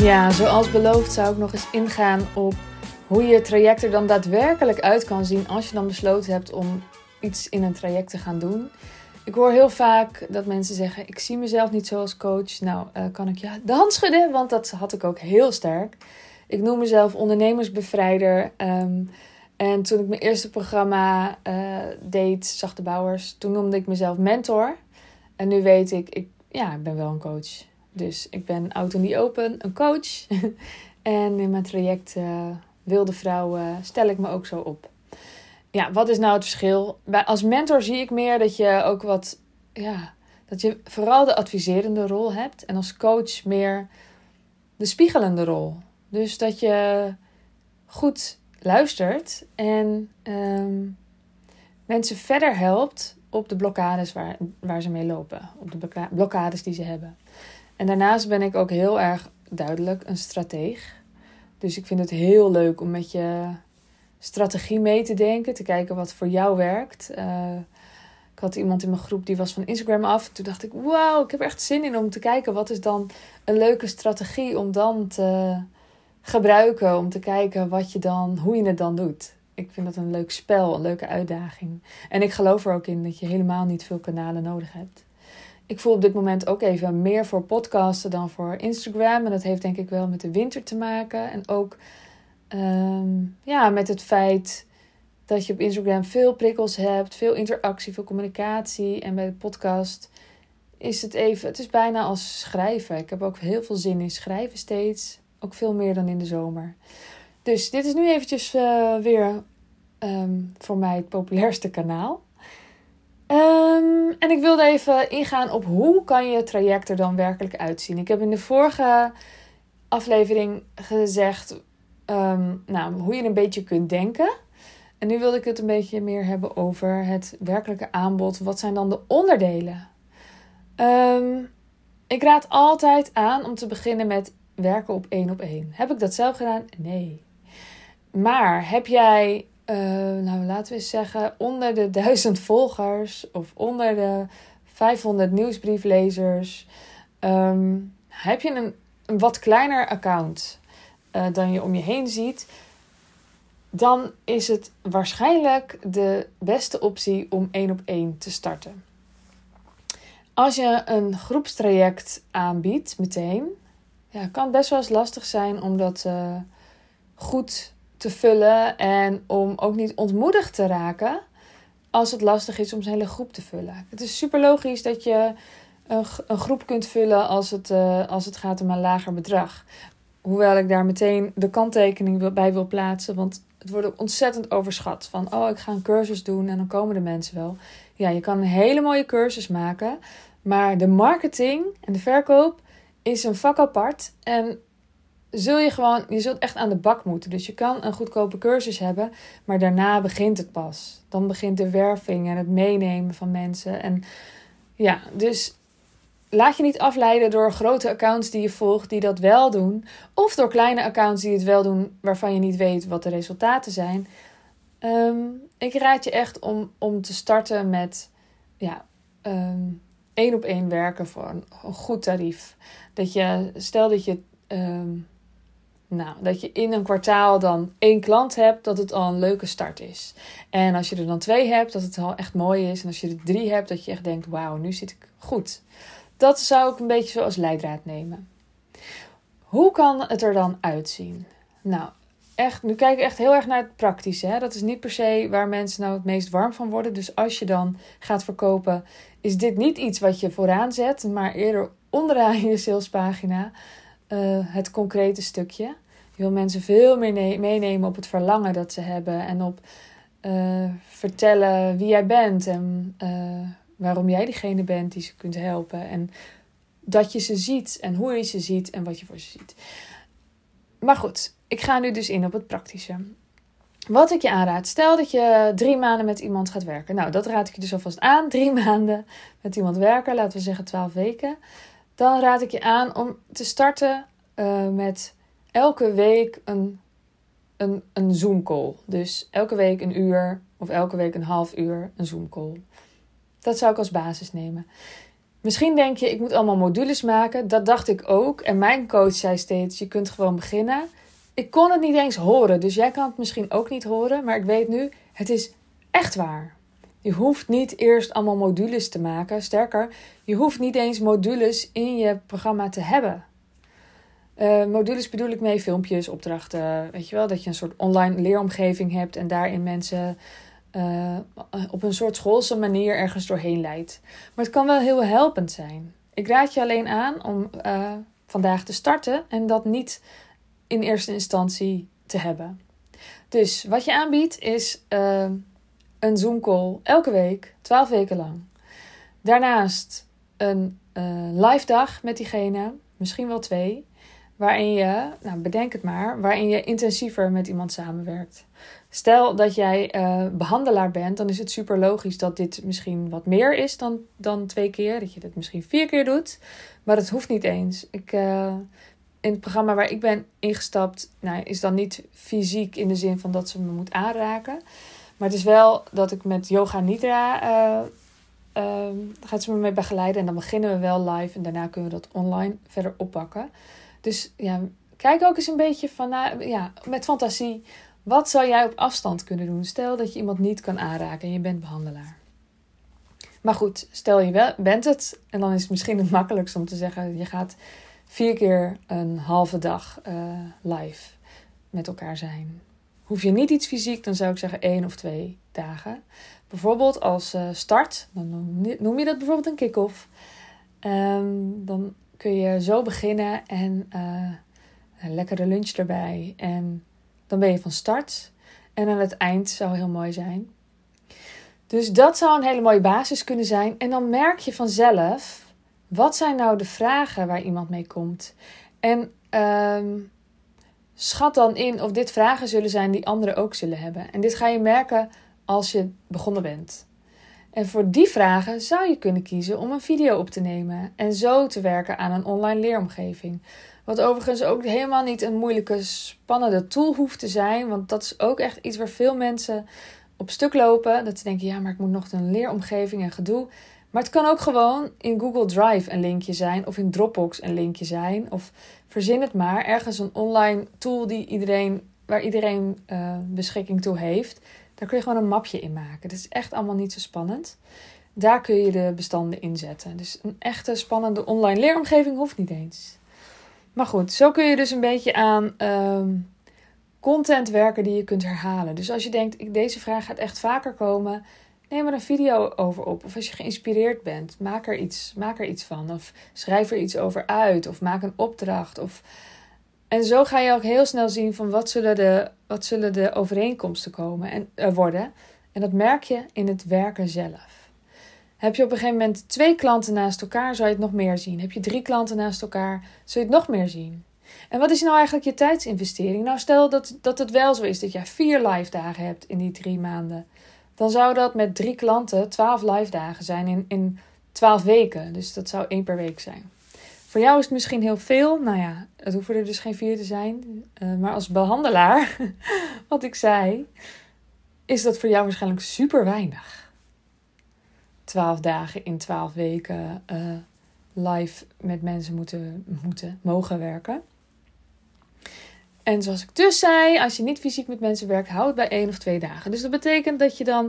Ja, zoals beloofd zou ik nog eens ingaan op hoe je traject er dan daadwerkelijk uit kan zien als je dan besloten hebt om iets in een traject te gaan doen. Ik hoor heel vaak dat mensen zeggen, ik zie mezelf niet zo als coach. Nou, kan ik je de hand schudden, want dat had ik ook heel sterk. Ik noem mezelf ondernemersbevrijder. En toen ik mijn eerste programma deed, Zachte Bouwers, toen noemde ik mezelf mentor. En nu weet ik ben wel een coach. Dus ik ben Out in the Open, een coach. En in mijn traject Wilde Vrouwen stel ik me ook zo op. Ja, wat is nou het verschil? Als mentor zie ik meer dat je ook dat je vooral de adviserende rol hebt. En als coach meer de spiegelende rol. Dus dat je goed luistert en mensen verder helpt op de blokkades waar ze mee lopen. Op de blokkades die ze hebben. En daarnaast ben ik ook heel erg duidelijk een strateeg. Dus ik vind het heel leuk om met je strategie mee te denken. Te kijken wat voor jou werkt. Ik had iemand in mijn groep die was van Instagram af. Toen dacht ik, wauw, ik heb er echt zin in om te kijken. Wat is dan een leuke strategie om dan te gebruiken. Om te kijken hoe je het dan doet. Ik vind dat een leuk spel, een leuke uitdaging. En ik geloof er ook in dat je helemaal niet veel kanalen nodig hebt. Ik voel op dit moment ook even meer voor podcasten dan voor Instagram. En dat heeft denk ik wel met de winter te maken. En ook met het feit dat je op Instagram veel prikkels hebt. Veel interactie, veel communicatie. En bij de podcast is het is bijna als schrijven. Ik heb ook heel veel zin in schrijven steeds. Ook veel meer dan in de zomer. Dus dit is nu eventjes weer voor mij het populairste kanaal. En ik wilde even ingaan op hoe kan je traject er dan werkelijk uitzien. Ik heb in de vorige aflevering gezegd hoe je een beetje kunt denken. En nu wilde ik het een beetje meer hebben over het werkelijke aanbod. Wat zijn dan de onderdelen? Ik raad altijd aan om te beginnen met werken op 1-op-1. Heb ik dat zelf gedaan? Nee. Maar heb jij, laten we eens zeggen, onder de 1000 volgers of onder de 500 nieuwsbrieflezers, heb je een wat kleiner account dan je om je heen ziet, dan is het waarschijnlijk de beste optie om 1-op-1 te starten. Als je een groepstraject aanbiedt meteen, kan het best wel eens lastig zijn om dat goed te vullen en om ook niet ontmoedigd te raken als het lastig is om zijn hele groep te vullen. Het is super logisch dat je een groep kunt vullen als het gaat om een lager bedrag. Hoewel ik daar meteen de kanttekening bij wil plaatsen, want het wordt ook ontzettend overschat. Van, ik ga een cursus doen en dan komen de mensen wel. Ja, je kan een hele mooie cursus maken, maar de marketing en de verkoop is een vak apart. En je zult echt aan de bak moeten. Dus je kan een goedkope cursus hebben, maar daarna begint het pas. Dan begint de werving en het meenemen van mensen. En ja, dus laat je niet afleiden door grote accounts die je volgt die dat wel doen. Of door kleine accounts die het wel doen waarvan je niet weet wat de resultaten zijn. Ik raad je echt om te starten met 1-op-1 werken voor een goed tarief. Stel dat je in een kwartaal dan 1 klant hebt, dat het al een leuke start is. En als je er dan 2 hebt, dat het al echt mooi is. En als je er 3 hebt, dat je echt denkt, wauw, nu zit ik goed. Dat zou ik een beetje zo als leidraad nemen. Hoe kan het er dan uitzien? Nou, nu kijk ik echt heel erg naar het praktische. Hè? Dat is niet per se waar mensen nou het meest warm van worden. Dus als je dan gaat verkopen, is dit niet iets wat je vooraan zet, maar eerder onderaan je salespagina. Het concrete stukje. Je wil mensen veel meer meenemen op het verlangen dat ze hebben. En op vertellen wie jij bent. En waarom jij diegene bent die ze kunt helpen. En dat je ze ziet. En hoe je ze ziet. En wat je voor ze ziet. Maar goed, ik ga nu dus in op het praktische. Wat ik je aanraad. Stel dat je 3 maanden met iemand gaat werken. Nou, dat raad ik je dus alvast aan. 3 maanden met iemand werken. Laten we zeggen 12 weken. Dan raad ik je aan om te starten met elke week een Zoom call. Dus elke week 1 uur of elke week een half uur een Zoom call. Dat zou ik als basis nemen. Misschien denk je, ik moet allemaal modules maken. Dat dacht ik ook. En mijn coach zei steeds, je kunt gewoon beginnen. Ik kon het niet eens horen, dus jij kan het misschien ook niet horen. Maar ik weet nu, het is echt waar. Je hoeft niet eerst allemaal modules te maken. Sterker, je hoeft niet eens modules in je programma te hebben. Modules bedoel ik mee, filmpjes, opdrachten. Weet je wel, dat je een soort online leeromgeving hebt en daarin mensen op een soort schoolse manier ergens doorheen leidt. Maar het kan wel heel helpend zijn. Ik raad je alleen aan om vandaag te starten en dat niet in eerste instantie te hebben. Dus wat je aanbiedt is een Zoom call elke week, 12 weken lang. Daarnaast een live dag met diegene, misschien wel 2, waarin je, bedenk het maar, waarin je intensiever met iemand samenwerkt. Stel dat jij behandelaar bent, dan is het super logisch dat dit misschien wat meer is dan 2 keer. Dat je dit misschien 4 keer doet, maar dat hoeft niet eens. In het programma waar ik ben ingestapt, is dan niet fysiek in de zin van dat ze me moet aanraken. Maar het is wel dat ik met Yoga Nidra gaat ze me mee begeleiden. En dan beginnen we wel live en daarna kunnen we dat online verder oppakken. Dus ja, kijk ook eens een beetje met fantasie. Wat zou jij op afstand kunnen doen? Stel dat je iemand niet kan aanraken en je bent behandelaar. Maar goed, stel je bent het. En dan is het misschien het makkelijkst om te zeggen, je gaat 4 keer een halve dag live met elkaar zijn. Hoef je niet iets fysiek, dan zou ik zeggen 1 of 2 dagen. Bijvoorbeeld als start, dan noem je dat bijvoorbeeld een kick-off. Dan kun je zo beginnen en een lekkere lunch erbij. En dan ben je van start. En aan het eind zou heel mooi zijn. Dus dat zou een hele mooie basis kunnen zijn. En dan merk je vanzelf, wat zijn nou de vragen waar iemand mee komt? En schat dan in of dit vragen zullen zijn die anderen ook zullen hebben. En dit ga je merken als je begonnen bent. En voor die vragen zou je kunnen kiezen om een video op te nemen. En zo te werken aan een online leeromgeving. Wat overigens ook helemaal niet een moeilijke, spannende tool hoeft te zijn. Want dat is ook echt iets waar veel mensen op stuk lopen. Dat ze denken, ja, maar ik moet nog een leeromgeving en gedoe. Maar het kan ook gewoon in Google Drive een linkje zijn. Of in Dropbox een linkje zijn. Of verzin het maar. Ergens een online tool waar iedereen beschikking toe heeft. Daar kun je gewoon een mapje in maken. Dat is echt allemaal niet zo spannend. Daar kun je de bestanden in zetten. Dus een echte spannende online leeromgeving hoeft niet eens. Maar goed, zo kun je dus een beetje aan content werken die je kunt herhalen. Dus als je denkt, deze vraag gaat echt vaker komen, neem er een video over op. Of als je geïnspireerd bent, maak er iets van. Of schrijf er iets over uit. Of maak een opdracht. En zo ga je ook heel snel zien van wat zullen de overeenkomsten worden. En dat merk je in het werken zelf. Heb je op een gegeven moment 2 klanten naast elkaar, zou je het nog meer zien. Heb je 3 klanten naast elkaar, zul je het nog meer zien. En wat is nou eigenlijk je tijdsinvestering? Nou, stel dat het wel zo is dat je 4 live dagen hebt in die 3 maanden. Dan zou dat met 3 klanten 12 live dagen zijn in 12 weken. Dus dat zou 1 per week zijn. Voor jou is het misschien heel veel. Nou ja, het hoeven er dus geen 4 te zijn. Maar als behandelaar, wat ik zei, is dat voor jou waarschijnlijk super weinig. 12 dagen in 12 weken live met mensen mogen werken. En zoals ik dus zei, als je niet fysiek met mensen werkt, hou het bij 1 of 2 dagen. Dus dat betekent dat je dan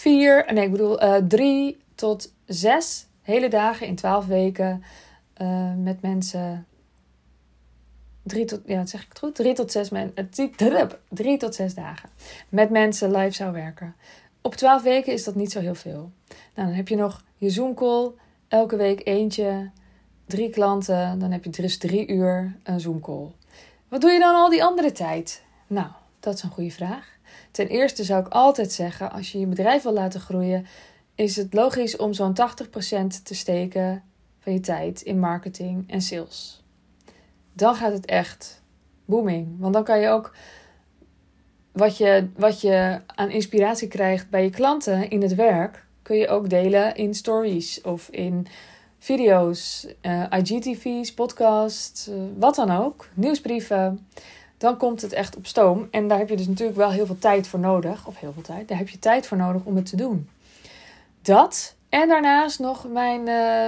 3 tot 6 hele dagen in 12 weken met mensen 3 tot 6 dagen met mensen live zou werken. Op 12 weken is dat niet zo heel veel. Nou, dan heb je nog je Zoom call, elke week eentje, 3 klanten, dan heb je dus 3 uur een Zoom call. Wat doe je dan al die andere tijd? Nou, dat is een goede vraag. Ten eerste zou ik altijd zeggen, als je je bedrijf wil laten groeien, is het logisch om zo'n 80% te steken van je tijd in marketing en sales. Dan gaat het echt booming. Want dan kan je ook wat je aan inspiratie krijgt bij je klanten in het werk, kun je ook delen in stories of in video's, IGTV's, podcasts, wat dan ook, nieuwsbrieven. Dan komt het echt op stoom. En daar heb je dus natuurlijk wel heel veel tijd voor nodig. Of heel veel tijd. Daar heb je tijd voor nodig om het te doen. Dat En daarnaast nog mijn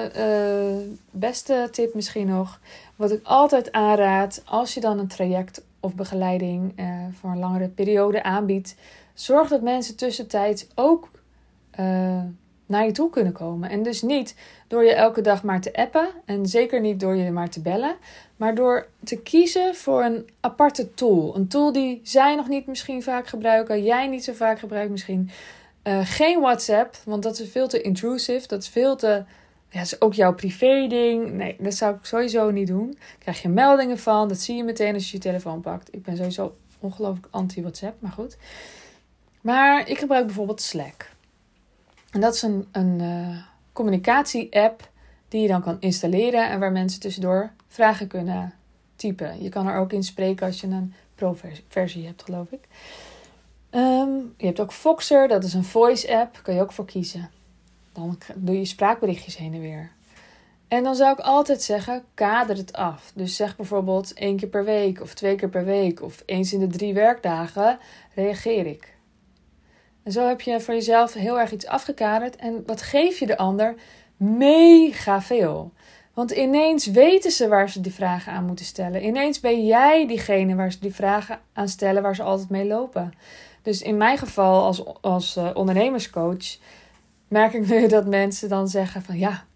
beste tip misschien nog. Wat ik altijd aanraad als je dan een traject of begeleiding voor een langere periode aanbiedt. Zorg dat mensen tussentijds ook naar je toe kunnen komen. En dus niet door je elke dag maar te appen. En zeker niet door je maar te bellen. Maar door te kiezen voor een aparte tool. Een tool die zij nog niet misschien vaak gebruiken. Jij niet zo vaak gebruikt misschien. Geen WhatsApp, want dat is veel te intrusive. Dat is veel te... Ja, dat is ook jouw privé ding. Nee, dat zou ik sowieso niet doen. Daar krijg je meldingen van. Dat zie je meteen als je je telefoon pakt. Ik ben sowieso ongelooflijk anti-WhatsApp, maar goed. Maar ik gebruik bijvoorbeeld Slack. En dat is een communicatie-app die je dan kan installeren. En waar mensen tussendoor vragen kunnen typen. Je kan er ook in spreken als je een pro-versie hebt, geloof ik. Je hebt ook Voxer, dat is een voice-app. Kan je ook voor kiezen. Dan doe je spraakberichtjes heen en weer. En dan zou ik altijd zeggen, kader het af. Dus zeg bijvoorbeeld 1 keer per week of 2 keer per week of eens in de 3 werkdagen reageer ik. En zo heb je voor jezelf heel erg iets afgekaderd. En wat geef je de ander? Mega veel. Want ineens weten ze waar ze die vragen aan moeten stellen. Ineens ben jij diegene waar ze die vragen aan stellen, waar ze altijd mee lopen. Dus in mijn geval als ondernemerscoach merk ik nu dat mensen dan zeggen van ja,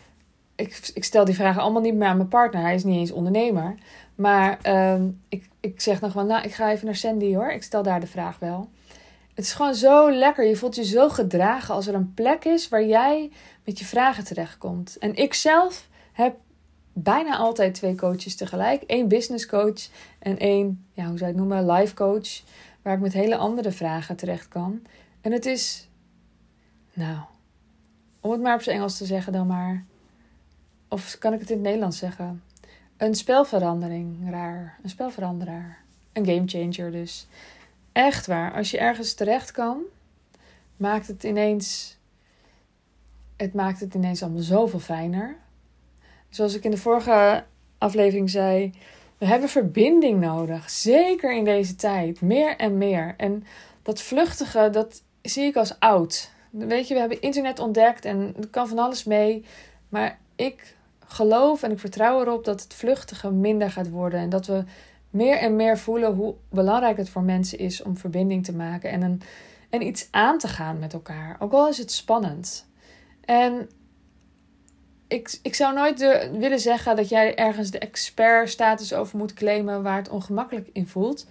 ik stel die vragen allemaal niet meer aan mijn partner. Hij is niet eens ondernemer. Maar ik zeg nog wel, nou, ik ga even naar Sandy hoor. Ik stel daar de vraag wel. Het is gewoon zo lekker. Je voelt je zo gedragen als er een plek is waar jij met je vragen terechtkomt. En ik zelf heb bijna altijd 2 coaches tegelijk. 1 business coach en 1, ja, hoe zou je het noemen, life coach. Waar ik met hele andere vragen terecht kan. En het is, nou, om het maar op zijn Engels te zeggen dan maar. Of kan ik het in het Nederlands zeggen? Een spelveranderaar. Een gamechanger dus. Echt waar. Als je ergens terecht kan, maakt het ineens allemaal zoveel fijner. Zoals ik in de vorige aflevering zei, we hebben verbinding nodig. Zeker in deze tijd. Meer en meer. En dat vluchtige, dat zie ik als oud. Weet je, we hebben internet ontdekt en er kan van alles mee. Maar ik geloof en ik vertrouw erop dat het vluchtige minder gaat worden. En dat we meer en meer voelen hoe belangrijk het voor mensen is om verbinding te maken. En iets aan te gaan met elkaar. Ook al is het spannend. En ik zou nooit willen zeggen dat jij ergens de expert-status over moet claimen waar het ongemakkelijk in voelt.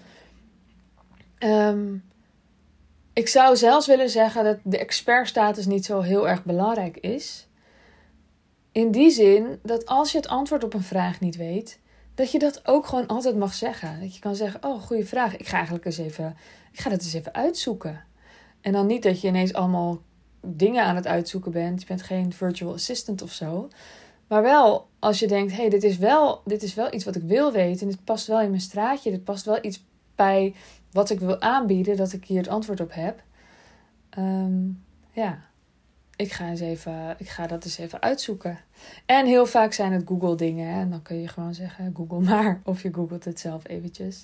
Ik zou zelfs willen zeggen dat de expert-status niet zo heel erg belangrijk is. In die zin dat als je het antwoord op een vraag niet weet, dat je dat ook gewoon altijd mag zeggen. Dat je kan zeggen, oh, goede vraag. Ik ga dat eens even uitzoeken. En dan niet dat je ineens allemaal dingen aan het uitzoeken bent. Je bent geen virtual assistant of zo. Maar wel als je denkt, hey, dit is wel iets wat ik wil weten. En dit past wel in mijn straatje. Dit past wel iets bij wat ik wil aanbieden. Dat ik hier het antwoord op heb. Ik ga dat eens even uitzoeken. En heel vaak zijn het Google dingen. Hè? En dan kun je gewoon zeggen, Google maar. Of je googelt het zelf eventjes.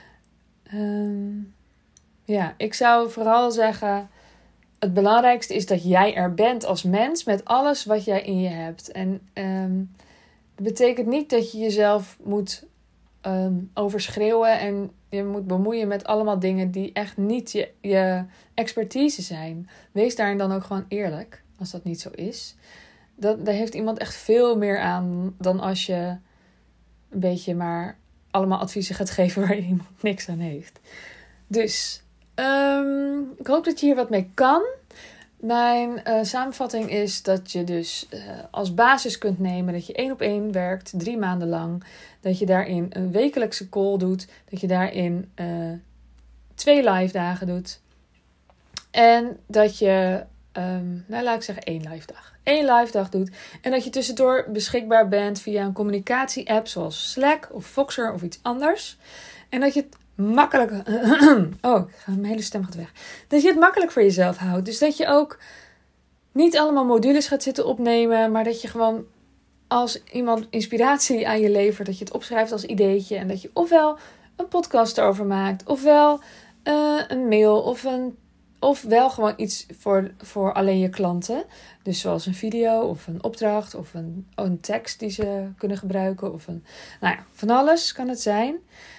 Ik zou vooral zeggen, het belangrijkste is dat jij er bent als mens met alles wat jij in je hebt. En dat betekent niet dat je jezelf moet overschreeuwen en je moet bemoeien met allemaal dingen die echt niet je expertise zijn. Wees daarin dan ook gewoon eerlijk, als dat niet zo is. Daar heeft iemand echt veel meer aan dan als je een beetje maar allemaal adviezen gaat geven waar iemand niks aan heeft. Dus ik hoop dat je hier wat mee kan. Mijn samenvatting is dat je dus als basis kunt nemen dat je 1-op-1 werkt 3 maanden lang. Dat je daarin een wekelijkse call doet. Dat je daarin 2 live dagen doet. En dat je, laat ik zeggen 1 live dag. 1 live dag doet. En dat je tussendoor beschikbaar bent via een communicatie-app zoals Slack of Voxer of iets anders. En dat je het makkelijk... mijn hele stem gaat weg. Dat je het makkelijk voor jezelf houdt. Dus dat je ook niet allemaal modules gaat zitten opnemen. Maar dat je gewoon als iemand inspiratie aan je levert. Dat je het opschrijft als ideetje. En dat je ofwel een podcast erover maakt. Ofwel een mail Of wel gewoon iets voor alleen je klanten. Dus zoals een video of een opdracht of een tekst die ze kunnen gebruiken. Of van alles kan het zijn.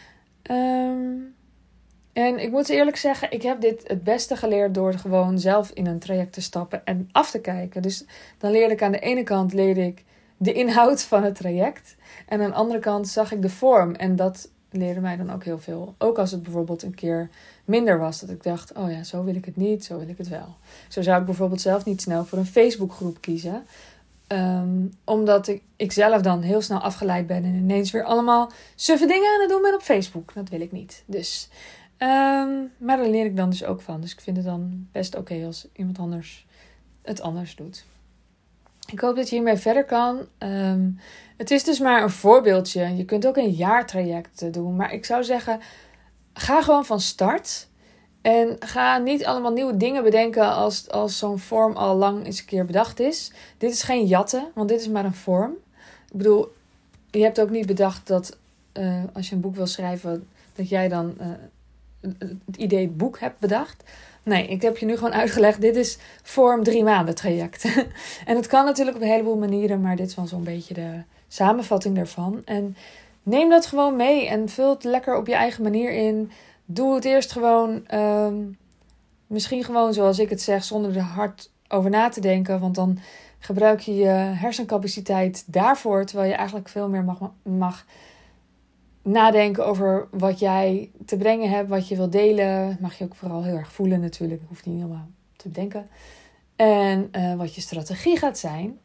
En ik moet eerlijk zeggen, ik heb dit het beste geleerd door gewoon zelf in een traject te stappen en af te kijken. Dus dan leerde ik aan de ene kant de inhoud van het traject. En aan de andere kant zag ik de vorm. En dat leerde mij dan ook heel veel. Ook als het bijvoorbeeld een keer minder was. Dat ik dacht, oh ja, zo wil ik het niet, zo wil ik het wel. Zo zou ik bijvoorbeeld zelf niet snel voor een Facebookgroep kiezen. Omdat ik zelf dan heel snel afgeleid ben. En ineens weer allemaal suffe dingen aan het doen ben op Facebook. Dat wil ik niet. Dus, maar daar leer ik dan dus ook van. Dus ik vind het dan best oké als iemand anders het anders doet. Ik hoop dat je hiermee verder kan. Het is dus maar een voorbeeldje. Je kunt ook een jaartraject doen. Maar ik zou zeggen, ga gewoon van start. En ga niet allemaal nieuwe dingen bedenken als zo'n vorm al lang eens een keer bedacht is. Dit is geen jatten, want dit is maar een vorm. Ik bedoel, je hebt ook niet bedacht dat als je een boek wil schrijven, dat jij dan het idee boek hebt bedacht. Nee, ik heb je nu gewoon uitgelegd. Dit is vorm 3 maanden traject. En het kan natuurlijk op een heleboel manieren. Maar dit is wel zo'n beetje de samenvatting daarvan. En neem dat gewoon mee. En vul het lekker op je eigen manier in. Doe het eerst gewoon. Misschien gewoon zoals ik het zeg. Zonder er hard over na te denken. Want dan gebruik je je hersencapaciteit daarvoor. Terwijl je eigenlijk veel meer mag nadenken over wat jij te brengen hebt, wat je wil delen. Mag je ook vooral heel erg voelen natuurlijk. Hoeft niet helemaal te bedenken. En wat je strategie gaat zijn.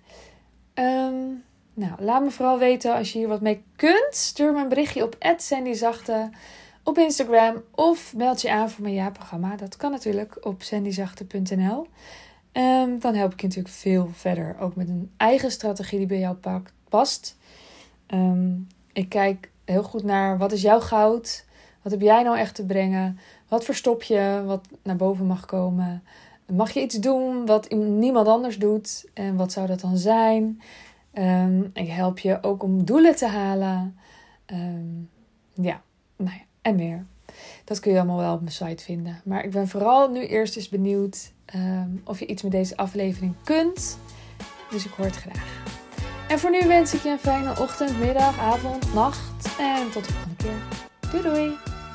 Laat me vooral weten als je hier wat mee kunt. Stuur me een berichtje op @sandyzachte op Instagram. Of meld je aan voor mijn jaarprogramma. Dat kan natuurlijk op sandyzachte.nl. Dan help ik je natuurlijk veel verder. Ook met een eigen strategie die bij jou past. Ik kijk heel goed naar wat is jouw goud? Wat heb jij nou echt te brengen? Wat verstop je? Wat naar boven mag komen? Mag je iets doen wat niemand anders doet? En wat zou dat dan zijn? Ik help je ook om doelen te halen. En meer. Dat kun je allemaal wel op mijn site vinden. Maar ik ben vooral nu eerst eens benieuwd of je iets met deze aflevering kunt. Dus ik hoor het graag. En voor nu wens ik je een fijne ochtend, middag, avond, nacht. En tot de volgende keer. Doei doei!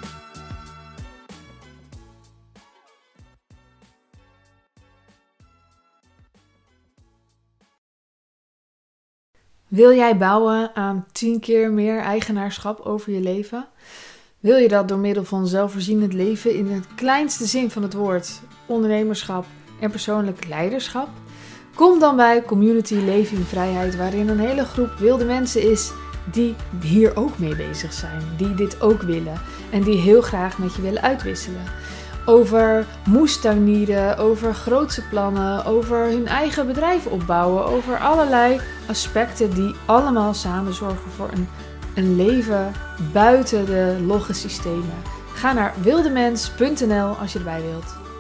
Wil jij bouwen aan 10 keer meer eigenaarschap over je leven? Wil je dat door middel van zelfvoorzienend leven in het kleinste zin van het woord, ondernemerschap en persoonlijk leiderschap? Kom dan bij Community Leven in Vrijheid, waarin een hele groep wilde mensen is die hier ook mee bezig zijn. Die dit ook willen en die heel graag met je willen uitwisselen. Over moestuinieren, over grootse plannen, over hun eigen bedrijf opbouwen. Over allerlei aspecten die allemaal samen zorgen voor een leven buiten de logge systemen. Ga naar wildemens.nl als je erbij wilt.